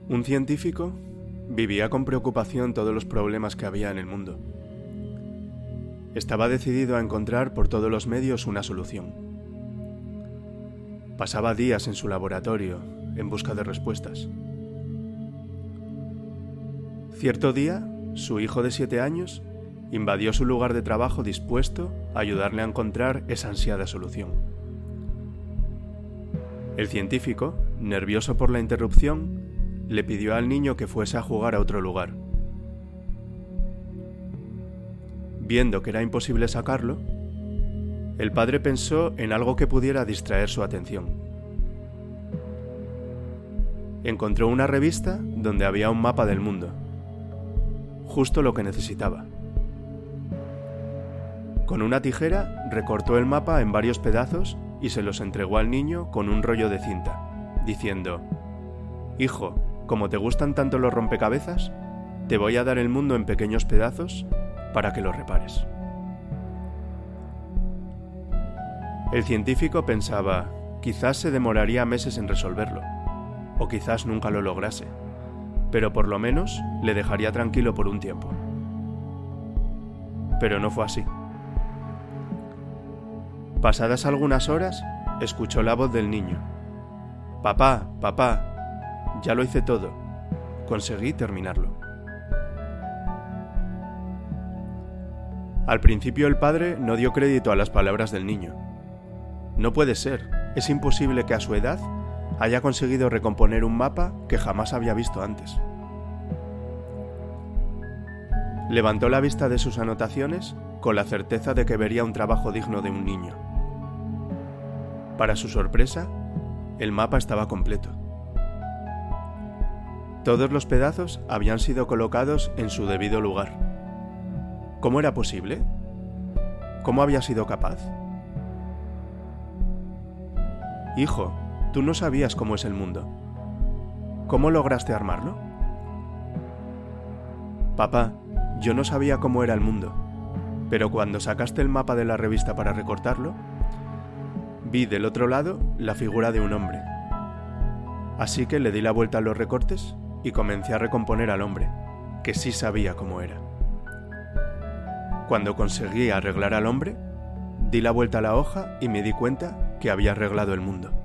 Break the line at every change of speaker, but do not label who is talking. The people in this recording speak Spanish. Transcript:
Un científico vivía con preocupación todos los problemas que había en el mundo. Estaba decidido a encontrar por todos los medios una solución. Pasaba días en su laboratorio en busca de respuestas. Cierto día, su hijo de 7 años invadió su lugar de trabajo dispuesto a ayudarle a encontrar esa ansiada solución. El científico, nervioso por la interrupción, le pidió al niño que fuese a jugar a otro lugar. Viendo que era imposible sacarlo, el padre pensó en algo que pudiera distraer su atención. Encontró una revista donde había un mapa del mundo, justo lo que necesitaba. Con una tijera recortó el mapa en varios pedazos y se los entregó al niño con un rollo de cinta, diciendo: «Hijo, como te gustan tanto los rompecabezas, te voy a dar el mundo en pequeños pedazos para que lo repares». El científico pensaba, quizás se demoraría meses en resolverlo, o quizás nunca lo lograse, pero por lo menos le dejaría tranquilo por un tiempo. Pero no fue así. Pasadas algunas horas, escuchó la voz del niño. «Papá, papá, ya lo hice todo. Conseguí terminarlo». Al principio el padre no dio crédito a las palabras del niño. No puede ser, es imposible que a su edad haya conseguido recomponer un mapa que jamás había visto antes. Levantó la vista de sus anotaciones con la certeza de que vería un trabajo digno de un niño. Para su sorpresa, el mapa estaba completo. Todos los pedazos habían sido colocados en su debido lugar. ¿Cómo era posible? ¿Cómo había sido capaz? «Hijo, tú no sabías cómo es el mundo. ¿Cómo lograste armarlo?» «Papá, yo no sabía cómo era el mundo, pero cuando sacaste el mapa de la revista para recortarlo, vi del otro lado la figura de un hombre. Así que le di la vuelta a los recortes y comencé a recomponer al hombre, que sí sabía cómo era. Cuando conseguí arreglar al hombre, di la vuelta a la hoja y me di cuenta que había arreglado el mundo».